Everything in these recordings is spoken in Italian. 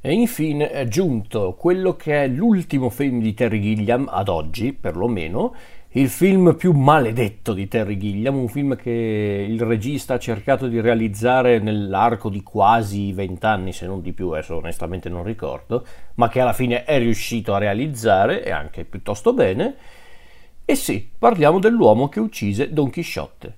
E infine è giunto quello che è l'ultimo film di Terry Gilliam, ad oggi perlomeno, il film più maledetto di Terry Gilliam, un film che il regista ha cercato di realizzare nell'arco di quasi 20 anni, se non di più, adesso onestamente non ricordo, ma che alla fine è riuscito a realizzare, e anche piuttosto bene. E sì, parliamo dell'uomo che uccise Don Chisciotte.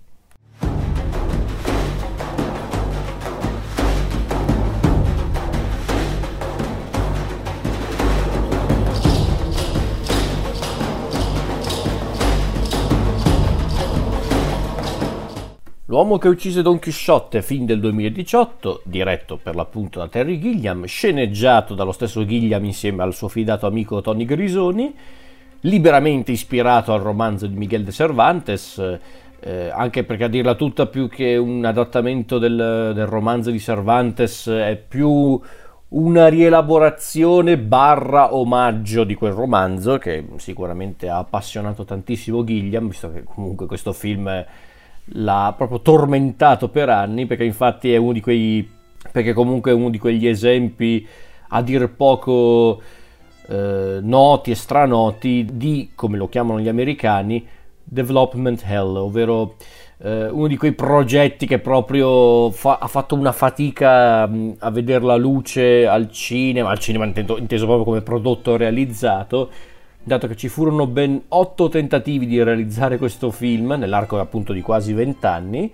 L'uomo che uccise Don Chisciotte, film del 2018, diretto per l'appunto da Terry Gilliam, sceneggiato dallo stesso Gilliam insieme al suo fidato amico Tony Grisoni, liberamente ispirato al romanzo di Miguel de Cervantes, anche perché a dirla tutta, più che un adattamento del romanzo di Cervantes, è più una rielaborazione barra omaggio di quel romanzo, che sicuramente ha appassionato tantissimo Gilliam, visto che comunque questo film l'ha proprio tormentato per anni, perché infatti è uno di quei, perché comunque è uno di quegli esempi a dir poco noti e stranoti di, come lo chiamano gli americani, development hell, ovvero uno di quei progetti che proprio ha fatto una fatica a vedere la luce al cinema inteso proprio come prodotto realizzato, dato che ci furono ben 8 tentativi di realizzare questo film nell'arco appunto di quasi 20 anni,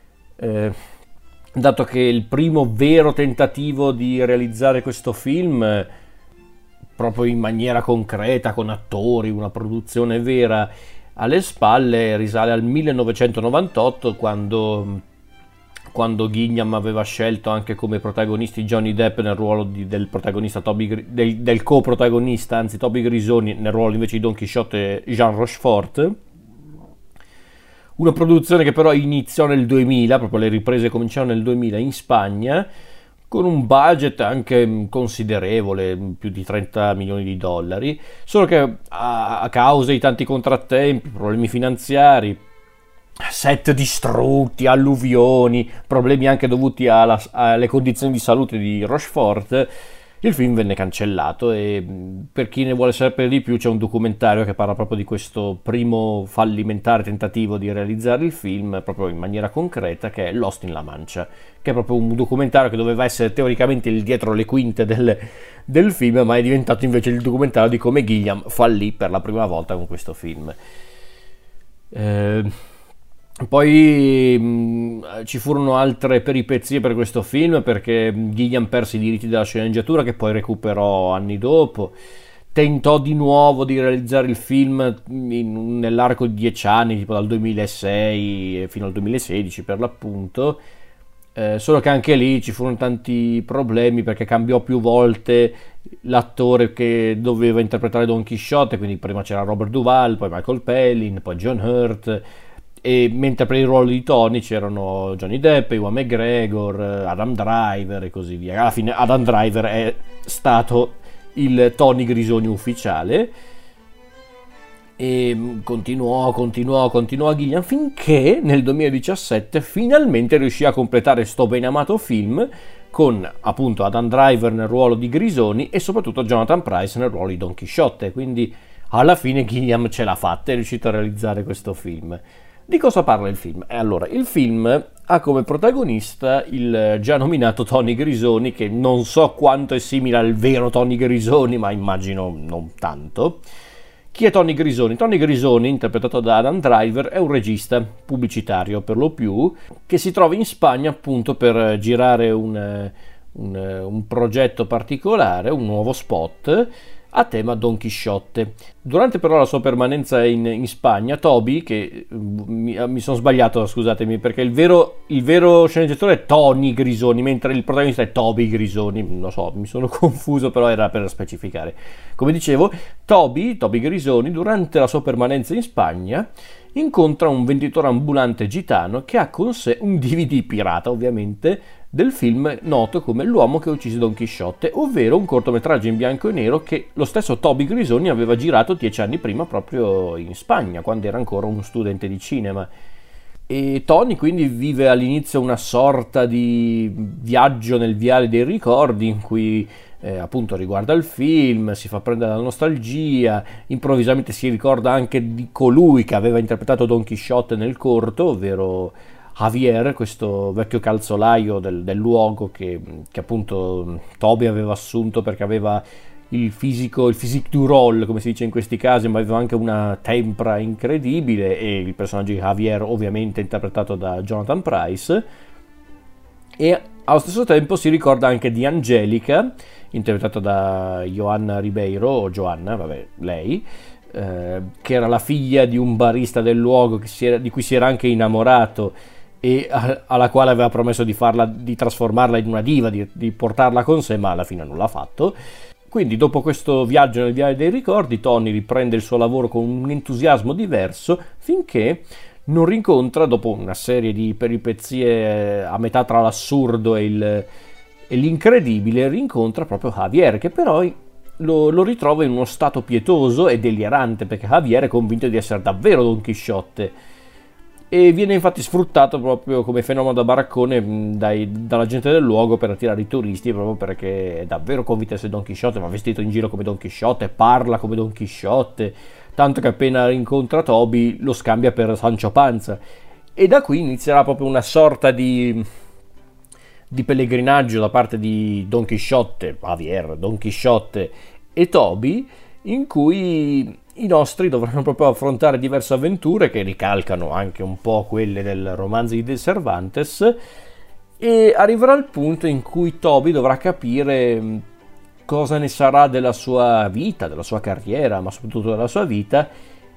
dato che il primo vero tentativo di realizzare questo film proprio in maniera concreta, con attori, una produzione vera alle spalle, risale al 1998, quando Gilliam aveva scelto anche come protagonisti Johnny Depp nel ruolo del protagonista del coprotagonista, anzi Toby Grisoni, nel ruolo invece di Don Chisciotte Jean Rochefort. Una produzione che però iniziò nel 2000, proprio le riprese cominciarono nel 2000 in Spagna, con un budget anche considerevole, più di 30 milioni di dollari, solo che a causa di tanti contrattempi, problemi finanziari, set distrutti, alluvioni, problemi anche dovuti alle condizioni di salute di Rochefort, il film venne cancellato. E per chi ne vuole sapere di più c'è un documentario che parla proprio di questo primo fallimentare tentativo di realizzare il film proprio in maniera concreta, che è Lost in La Mancha, che è proprio un documentario che doveva essere teoricamente il dietro le quinte del film, ma è diventato invece il documentario di come Gilliam fallì per la prima volta con questo film. Poi ci furono altre peripezie per questo film, perché Gilliam perse i diritti della sceneggiatura, che poi recuperò anni dopo. Tentò di nuovo di realizzare il film nell'arco di 10 anni, tipo dal 2006 fino al 2016 per l'appunto, solo che anche lì ci furono tanti problemi, perché cambiò più volte l'attore che doveva interpretare Don Chisciotte, quindi prima c'era Robert Duvall, poi Michael Palin, poi John Hurt, e mentre per il ruolo di Tony c'erano Johnny Depp, Ewan McGregor, Adam Driver e così via. Alla fine Adam Driver è stato il Tony Grisoni ufficiale, e continuò Gilliam finché nel 2017 finalmente riuscì a completare sto ben amato film con appunto Adam Driver nel ruolo di Grisoni e soprattutto Jonathan Pryce nel ruolo di Don Chisciotte. Quindi alla fine Gilliam ce l'ha fatta, è riuscito a realizzare questo film. Di cosa parla il film? Allora, il film ha come protagonista il già nominato Tony Grisoni, che non so quanto è simile al vero Tony Grisoni, ma immagino non tanto. Chi è Tony Grisoni? Tony Grisoni, interpretato da Adam Driver, è un regista pubblicitario per lo più, che si trova in Spagna appunto per girare un progetto particolare, un nuovo spot a tema Don Chisciotte. Durante però la sua permanenza in Spagna, Toby, che mi sono sbagliato, scusatemi, perché il vero sceneggiatore è Tony Grisoni, mentre il protagonista è Toby Grisoni, lo so, mi sono confuso, però era per specificare. Come dicevo, Toby Grisoni, durante la sua permanenza in Spagna, incontra un venditore ambulante gitano che ha con sé un DVD pirata, ovviamente, del film noto come L'uomo che uccise Don Chisciotte, ovvero un cortometraggio in bianco e nero che lo stesso Toby Grisoni aveva girato 10 anni prima proprio in Spagna, quando era ancora uno studente di cinema. E Tony quindi vive all'inizio una sorta di viaggio nel viale dei ricordi, in cui appunto riguarda il film, si fa prendere dalla nostalgia, improvvisamente si ricorda anche di colui che aveva interpretato Don Chisciotte nel corto, ovvero Javier, questo vecchio calzolaio del luogo che appunto Toby aveva assunto perché aveva il fisico, il physique du rôle, come si dice in questi casi, ma aveva anche una tempra incredibile, e il personaggio di Javier ovviamente interpretato da Jonathan Pryce. E allo stesso tempo si ricorda anche di Angelica, interpretata da Johanna Ribeiro, o Joanna, vabbè, lei, che era la figlia di un barista del luogo di cui si era anche innamorato, e alla quale aveva promesso di trasformarla in una diva, di portarla con sé, ma alla fine non l'ha fatto. Quindi dopo questo viaggio nel viale dei ricordi, Tony riprende il suo lavoro con un entusiasmo diverso, finché non rincontra, dopo una serie di peripezie a metà tra l'assurdo e l'incredibile, rincontra proprio Javier, che però lo ritrova in uno stato pietoso e delirante, perché Javier è convinto di essere davvero Don Chisciotte, e viene infatti sfruttato proprio come fenomeno da baraccone dalla gente del luogo per attirare i turisti, proprio perché è davvero convinto di essere Don Chisciotte, ma vestito in giro come Don Chisciotte, parla come Don Chisciotte, tanto che appena incontra Toby lo scambia per Sancho Panza, e da qui inizierà proprio una sorta di pellegrinaggio da parte di Don Chisciotte, Javier, Don Chisciotte e Toby, in cui i nostri dovranno proprio affrontare diverse avventure che ricalcano anche un po' quelle del romanzo di De Cervantes, e arriverà il punto in cui Toby dovrà capire cosa ne sarà della sua vita, della sua carriera, ma soprattutto della sua vita,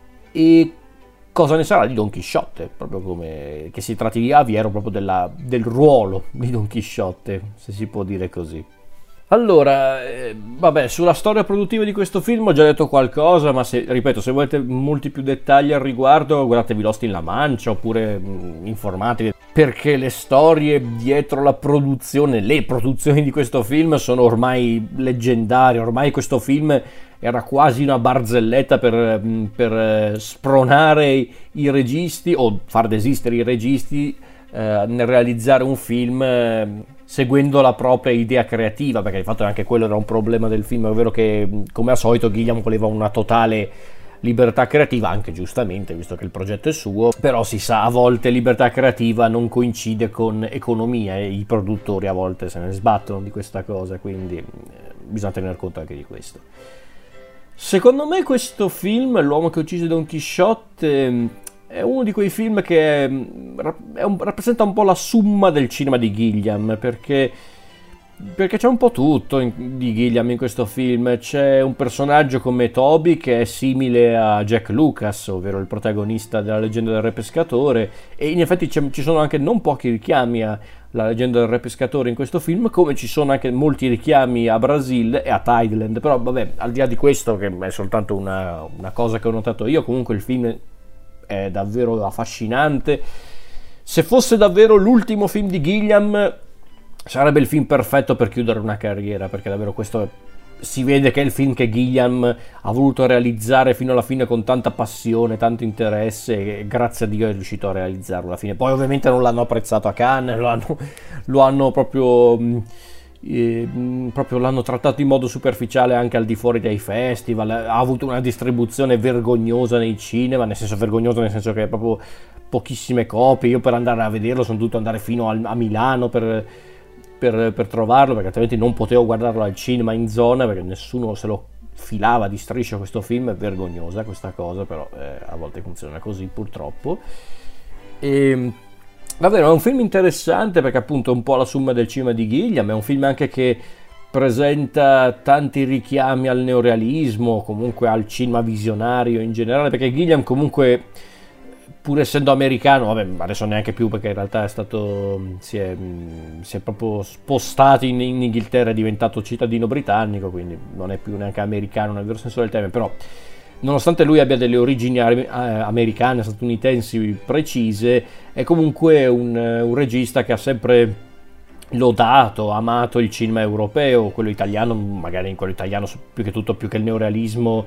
e cosa ne sarà di Don Chisciotte, proprio come che si tratti di Javier, proprio del ruolo di Don Chisciotte, se si può dire così. Allora, vabbè, sulla storia produttiva di questo film ho già detto qualcosa, ma ripeto, se volete molti più dettagli al riguardo, guardatevi Lost in La Mancia, oppure informatevi, perché le storie dietro le produzioni di questo film sono ormai leggendarie. Ormai questo film era quasi una barzelletta per spronare i registi, o far desistere i registi nel realizzare un film seguendo la propria idea creativa, perché di fatto anche quello era un problema del film, ovvero che come al solito Gilliam voleva una totale libertà creativa, anche giustamente visto che il progetto è suo, però si sa, a volte libertà creativa non coincide con economia e i produttori a volte se ne sbattono di questa cosa, quindi bisogna tener conto anche di questo. Secondo me questo film, L'uomo che uccise Don Chisciotte, è uno di quei film che rappresenta un po' la summa del cinema di Gilliam, perché c'è un po' tutto di Gilliam in questo film. C'è un personaggio come Toby che è simile a Jack Lucas, ovvero il protagonista della Leggenda del Re Pescatore, e in effetti ci sono anche non pochi richiami alla Leggenda del Re Pescatore in questo film, come ci sono anche molti richiami a Brasil e a Thailand. Però vabbè, al di là di questo, che è soltanto una cosa che ho notato io, comunque il film è davvero affascinante. Se fosse davvero l'ultimo film di Gilliam sarebbe il film perfetto per chiudere una carriera, perché davvero questo si vede che è il film che Gilliam ha voluto realizzare fino alla fine con tanta passione, tanto interesse, e grazie a Dio è riuscito a realizzarlo alla fine. Poi ovviamente non l'hanno apprezzato a Cannes, lo hanno proprio l'hanno trattato in modo superficiale anche al di fuori dei festival. Ha avuto una distribuzione vergognosa nei cinema, nel senso vergognoso nel senso che è proprio pochissime copie. Io per andare a vederlo sono dovuto andare fino a Milano per trovarlo, perché altrimenti non potevo guardarlo al cinema in zona, perché nessuno se lo filava di striscia questo film. È vergognosa questa cosa, però a volte funziona così purtroppo. E davvero è un film interessante perché appunto è un po' la summa del cinema di Gilliam. È un film anche che presenta tanti richiami al neorealismo, comunque al cinema visionario in generale, perché Gilliam comunque, pur essendo americano, vabbè, adesso neanche più perché in realtà si è proprio spostato in Inghilterra, è diventato cittadino britannico, quindi non è più neanche americano nel vero senso del termine. Però nonostante lui abbia delle origini americane, statunitensi precise, è comunque un regista che ha sempre lodato, amato il cinema europeo, quello italiano, magari in quello italiano più che il neorealismo,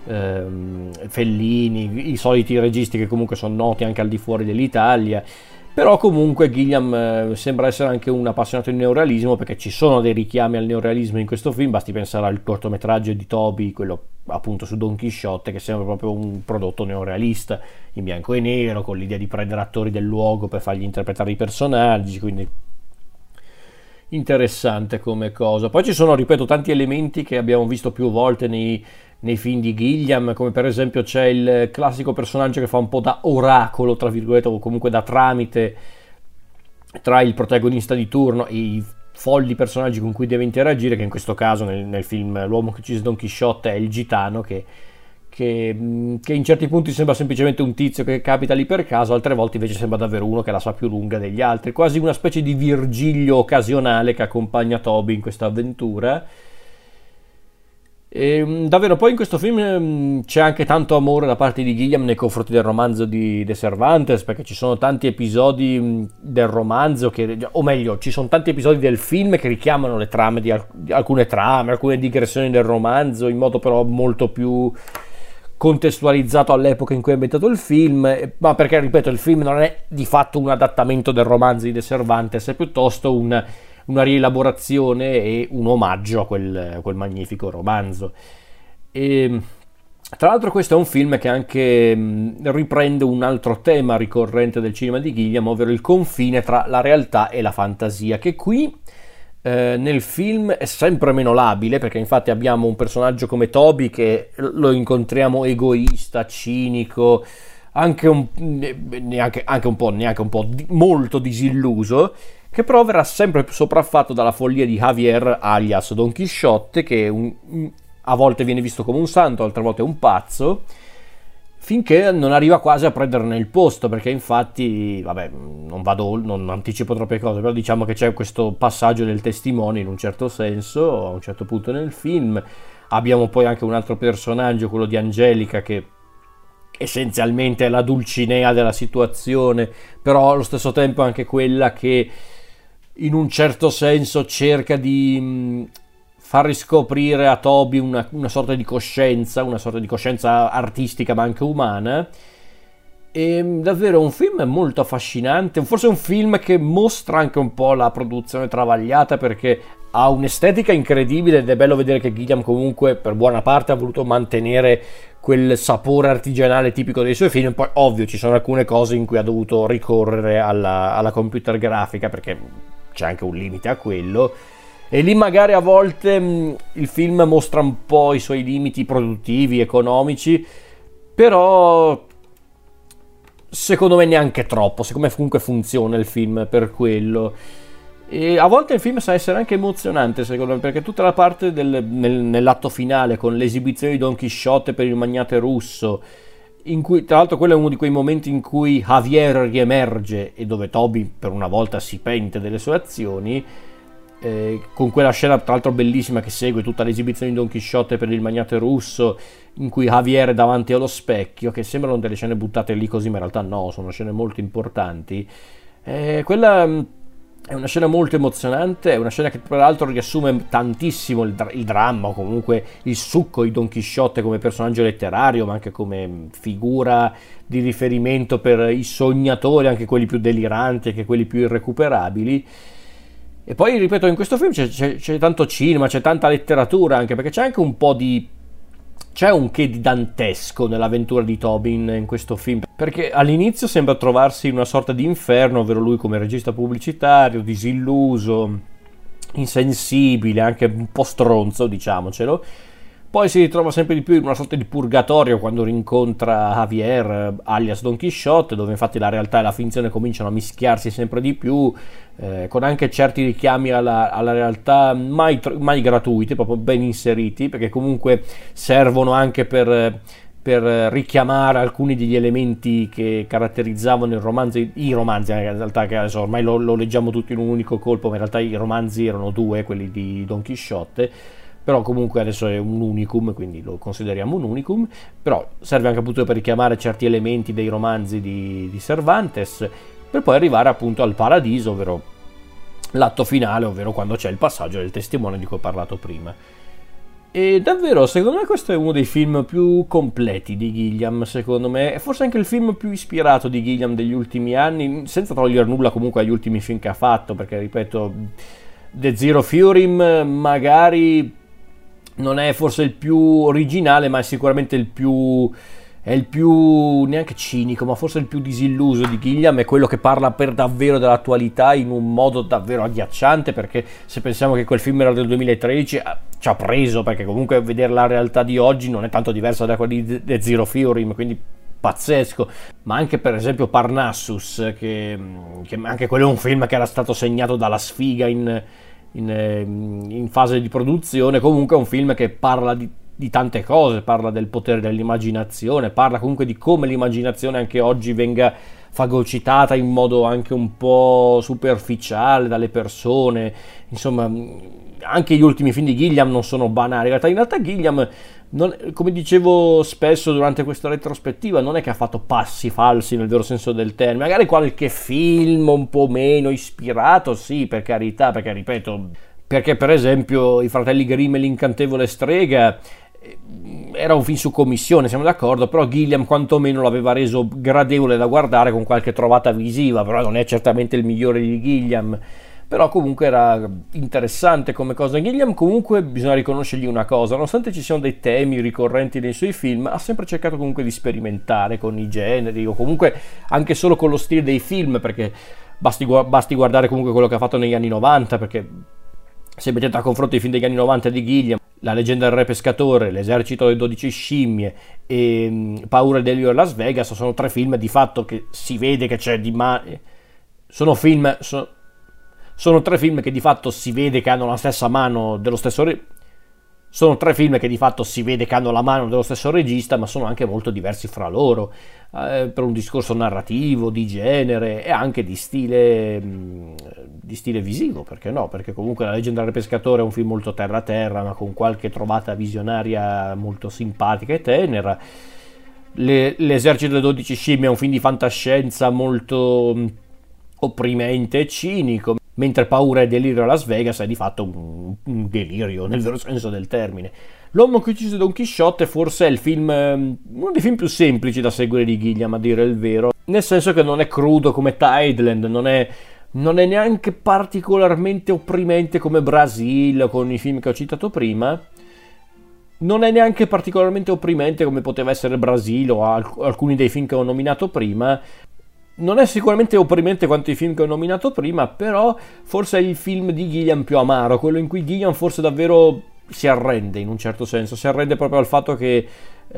Fellini, i soliti registi che comunque sono noti anche al di fuori dell'Italia. Però comunque Gilliam sembra essere anche un appassionato di neorealismo, perché ci sono dei richiami al neorealismo in questo film, basti pensare al cortometraggio di Toby, quello appunto su Don Chisciotte, che sembra proprio un prodotto neorealista, in bianco e nero, con l'idea di prendere attori del luogo per fargli interpretare i personaggi, quindi interessante come cosa. Poi ci sono, ripeto, tanti elementi che abbiamo visto più volte nei film di Gilliam, come per esempio c'è il classico personaggio che fa un po' da oracolo, tra virgolette, o comunque da tramite tra il protagonista di turno e i folli personaggi con cui deve interagire, che in questo caso nel film L'uomo che uccise Don Chisciotte è il gitano, che in certi punti sembra semplicemente un tizio che capita lì per caso, altre volte invece sembra davvero uno che la sa più lunga degli altri, quasi una specie di Virgilio occasionale che accompagna Toby in questa avventura. E davvero poi in questo film c'è anche tanto amore da parte di Gilliam nei confronti del romanzo di De Cervantes, perché ci sono tanti episodi del romanzo o meglio, ci sono tanti episodi del film che richiamano le trame di alcune trame, alcune digressioni del romanzo, in modo però molto più contestualizzato all'epoca in cui è ambientato il film, ma perché, ripeto, il film non è di fatto un adattamento del romanzo di De Cervantes, è piuttosto una rielaborazione e un omaggio a quel magnifico romanzo. E tra l'altro questo è un film che anche riprende un altro tema ricorrente del cinema di Gilliam, ovvero il confine tra la realtà e la fantasia, che qui nel film è sempre meno labile, perché infatti abbiamo un personaggio come Toby che lo incontriamo egoista, cinico, anche un po' molto disilluso, che però verrà sempre sopraffatto dalla follia di Javier alias Don Chisciotte, che a volte viene visto come un santo, altre volte un pazzo, finché non arriva quasi a prenderne il posto, perché infatti, vabbè, non anticipo troppe cose, però diciamo che c'è questo passaggio del testimone in un certo senso, a un certo punto nel film. Abbiamo poi anche un altro personaggio, quello di Angelica, che essenzialmente è la Dulcinea della situazione, però allo stesso tempo anche quella che in un certo senso cerca di far riscoprire a Toby una sorta di coscienza artistica ma anche umana. E davvero un film molto affascinante, forse un film che mostra anche un po' la produzione travagliata, perché ha un'estetica incredibile ed è bello vedere che Gilliam comunque per buona parte ha voluto mantenere quel sapore artigianale tipico dei suoi film. Poi ovvio ci sono alcune cose in cui ha dovuto ricorrere alla computer grafica, perché c'è anche un limite a quello, e lì magari a volte il film mostra un po' i suoi limiti produttivi, economici, però secondo me neanche troppo, secondo me comunque funziona il film per quello. E a volte il film sa essere anche emozionante, secondo me, perché tutta la parte nell'atto finale con l'esibizione di Don Chisciotte per il magnate russo, in cui tra l'altro quello è uno di quei momenti in cui Javier riemerge e dove Toby per una volta si pente delle sue azioni, con quella scena tra l'altro bellissima che segue tutta l'esibizione di Don Chisciotte per il magnate russo, in cui Javier è davanti allo specchio, che sembrano delle scene buttate lì così, ma in realtà no, sono scene molto importanti. Quella è una scena molto emozionante, è una scena che peraltro riassume tantissimo il dramma, o comunque il succo di Don Chisciotte come personaggio letterario, ma anche come figura di riferimento per i sognatori, anche quelli più deliranti, anche quelli più irrecuperabili. E poi, ripeto, in questo film c'è tanto cinema, c'è tanta letteratura, anche perché c'è anche un po' c'è un che di dantesco nell'avventura di Tobin in questo film, perché all'inizio sembra trovarsi in una sorta di inferno, ovvero lui come regista pubblicitario, disilluso, insensibile, anche un po' stronzo, diciamocelo. Poi si ritrova sempre di più in una sorta di purgatorio quando rincontra Javier alias Don Chisciotte, dove infatti la realtà e la finzione cominciano a mischiarsi sempre di più, con anche certi richiami alla realtà mai gratuiti, proprio ben inseriti, perché comunque servono anche per richiamare alcuni degli elementi che caratterizzavano i romanzi, in realtà, che adesso ormai lo leggiamo tutti in un unico colpo, ma in realtà i romanzi erano due, quelli di Don Chisciotte, però comunque adesso è un unicum, quindi lo consideriamo un unicum, però serve anche appunto per richiamare certi elementi dei romanzi di Cervantes, per poi arrivare appunto al paradiso, ovvero l'atto finale, ovvero quando c'è il passaggio del testimone di cui ho parlato prima. E davvero, secondo me questo è uno dei film più completi di Gilliam, secondo me, e forse anche il film più ispirato di Gilliam degli ultimi anni, senza togliere nulla comunque agli ultimi film che ha fatto, perché ripeto, The Zero Fury magari non è forse il più originale, ma è sicuramente è il più neanche cinico, ma forse il più disilluso di Gilliam, è quello che parla per davvero dell'attualità in un modo davvero agghiacciante, perché se pensiamo che quel film era del 2013 ci ha preso, perché comunque vedere la realtà di oggi non è tanto diversa da quella di The Zero Fury, quindi pazzesco. Ma anche per esempio Parnassus, che anche quello è un film che era stato segnato dalla sfiga in fase di produzione, comunque è un film che parla di tante cose, parla del potere dell'immaginazione, parla comunque di come l'immaginazione anche oggi venga fagocitata in modo anche un po' superficiale dalle persone. Insomma, anche gli ultimi film di Gilliam non sono banali. In realtà Gilliam, come dicevo spesso durante questa retrospettiva, non è che ha fatto passi falsi nel vero senso del termine. Magari qualche film un po' meno ispirato, sì, per carità, perché ripeto, perché per esempio I Fratelli Grimm e l'Incantevole Strega era un film su commissione, siamo d'accordo, però Gilliam quantomeno l'aveva reso gradevole da guardare con qualche trovata visiva, però non è certamente il migliore di Gilliam, però comunque era interessante come cosa. Gilliam comunque bisogna riconoscergli una cosa: nonostante ci siano dei temi ricorrenti nei suoi film, ha sempre cercato comunque di sperimentare con i generi, o comunque anche solo con lo stile dei film, perché basti guardare comunque quello che ha fatto negli anni 90, perché se mettete a confronto i film degli anni 90 di Gilliam, La leggenda del re pescatore, L'esercito delle 12 scimmie e Paura e delirio a Las Vegas, sono tre film di fatto che si vede che c'è sono tre film che di fatto si vede che hanno la stessa mano dello stesso sono tre film che di fatto si vede che hanno la mano dello stesso regista, ma sono anche molto diversi fra loro, per un discorso narrativo, di genere e anche di stile visivo, perché no? Perché comunque La leggenda del pescatore è un film molto terra terra, ma con qualche trovata visionaria molto simpatica e tenera. L'esercito delle 12 scimmie è un film di fantascienza molto opprimente e cinico, mentre Paura e delirio a Las Vegas è di fatto un delirio nel vero senso del termine. L'uomo che uccise Don Chisciotte forse è il film, uno dei film più semplici da seguire di Gilliam, a dire il vero, nel senso che non è crudo come Tideland, non è neanche particolarmente opprimente come Brasil, con i film che ho citato prima, non è neanche particolarmente opprimente come poteva essere Brasil o alcuni dei film che ho nominato prima. Non è sicuramente opprimente quanto i film che ho nominato prima, però forse è il film di Gilliam più amaro, quello in cui Gilliam forse davvero si arrende, in un certo senso, si arrende proprio al fatto che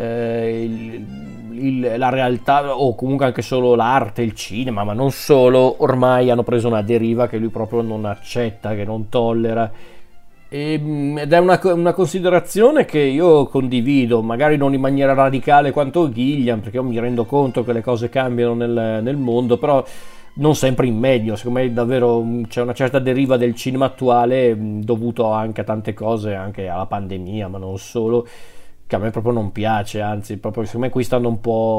la realtà, o comunque anche solo l'arte, il cinema, ma non solo, ormai hanno preso una deriva che lui proprio non accetta, che non tollera. Ed è una considerazione che io condivido, magari non in maniera radicale quanto Gilliam, perché io mi rendo conto che le cose cambiano nel mondo, però non sempre in meglio. Secondo me davvero c'è una certa deriva del cinema attuale, dovuto anche a tante cose, anche alla pandemia, ma non solo, che a me proprio non piace, anzi proprio secondo me qui stanno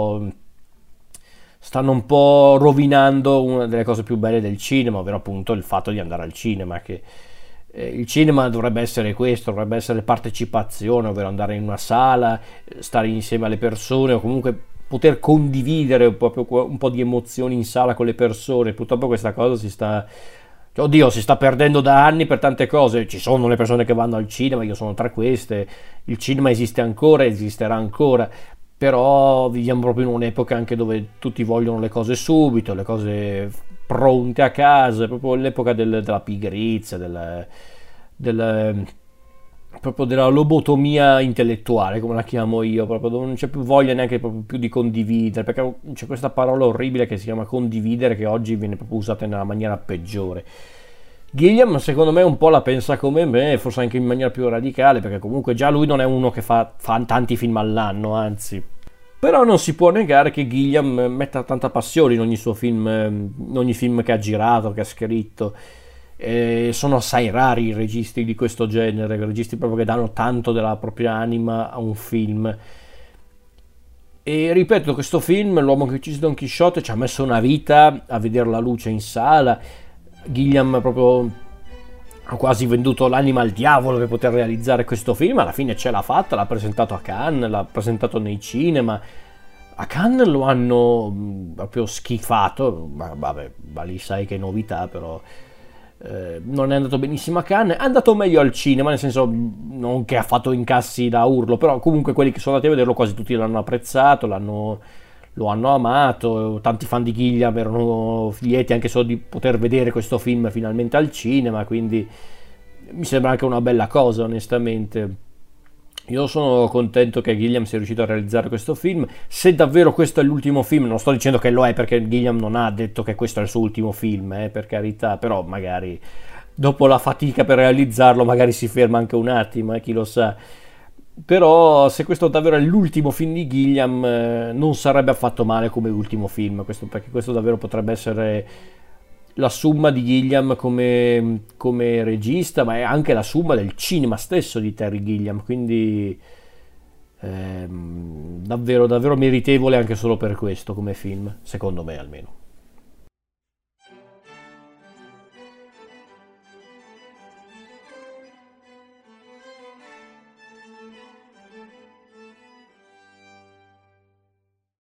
un po' rovinando una delle cose più belle del cinema, ovvero appunto il fatto di andare al cinema, che il cinema dovrebbe essere questo, dovrebbe essere partecipazione, ovvero andare in una sala, stare insieme alle persone, o comunque poter condividere proprio un po' di emozioni in sala con le persone. Purtroppo questa cosa si sta perdendo da anni per tante cose. Ci sono le persone che vanno al cinema, io sono tra queste, il cinema esiste ancora, esisterà ancora, però viviamo proprio in un'epoca anche dove tutti vogliono le cose subito, le cose pronte a casa, proprio l'epoca della pigrizia, proprio della lobotomia intellettuale, come la chiamo io, proprio dove non c'è più voglia neanche proprio più di condividere, perché c'è questa parola orribile che si chiama condividere, che oggi viene proprio usata nella maniera peggiore. Gilliam secondo me un po' la pensa come me, forse anche in maniera più radicale, perché comunque già lui non è uno che fa tanti film all'anno, anzi. Però non si può negare che Gilliam metta tanta passione in ogni suo film, in ogni film che ha girato, che ha scritto. Sono assai rari i registi di questo genere, i registi proprio che danno tanto della propria anima a un film. E ripeto, questo film, L'uomo che uccise Don Chisciotte, ci ha messo una vita a vedere la luce in sala. Gilliam proprio ha quasi venduto l'anima al diavolo per poter realizzare questo film, alla fine ce l'ha fatta, l'ha presentato a Cannes, l'ha presentato nei cinema. A Cannes lo hanno proprio schifato, ma vabbè, ma lì sai che novità, però non è andato benissimo a Cannes, è andato meglio al cinema, nel senso non che ha fatto incassi da urlo, però comunque quelli che sono andati a vederlo quasi tutti l'hanno apprezzato, lo hanno amato, tanti fan di Gilliam erano lieti anche solo di poter vedere questo film finalmente al cinema, quindi mi sembra anche una bella cosa, onestamente. Io sono contento che Gilliam sia riuscito a realizzare questo film. Se davvero questo è l'ultimo film, non sto dicendo che lo è, perché Gilliam non ha detto che questo è il suo ultimo film, per carità, però magari dopo la fatica per realizzarlo magari si ferma anche un attimo, chi lo sa. Però se questo davvero è l'ultimo film di Gilliam, non sarebbe affatto male come ultimo film, perché questo davvero potrebbe essere la summa di Gilliam come regista, ma è anche la summa del cinema stesso di Terry Gilliam, quindi davvero davvero meritevole anche solo per questo come film, secondo me almeno.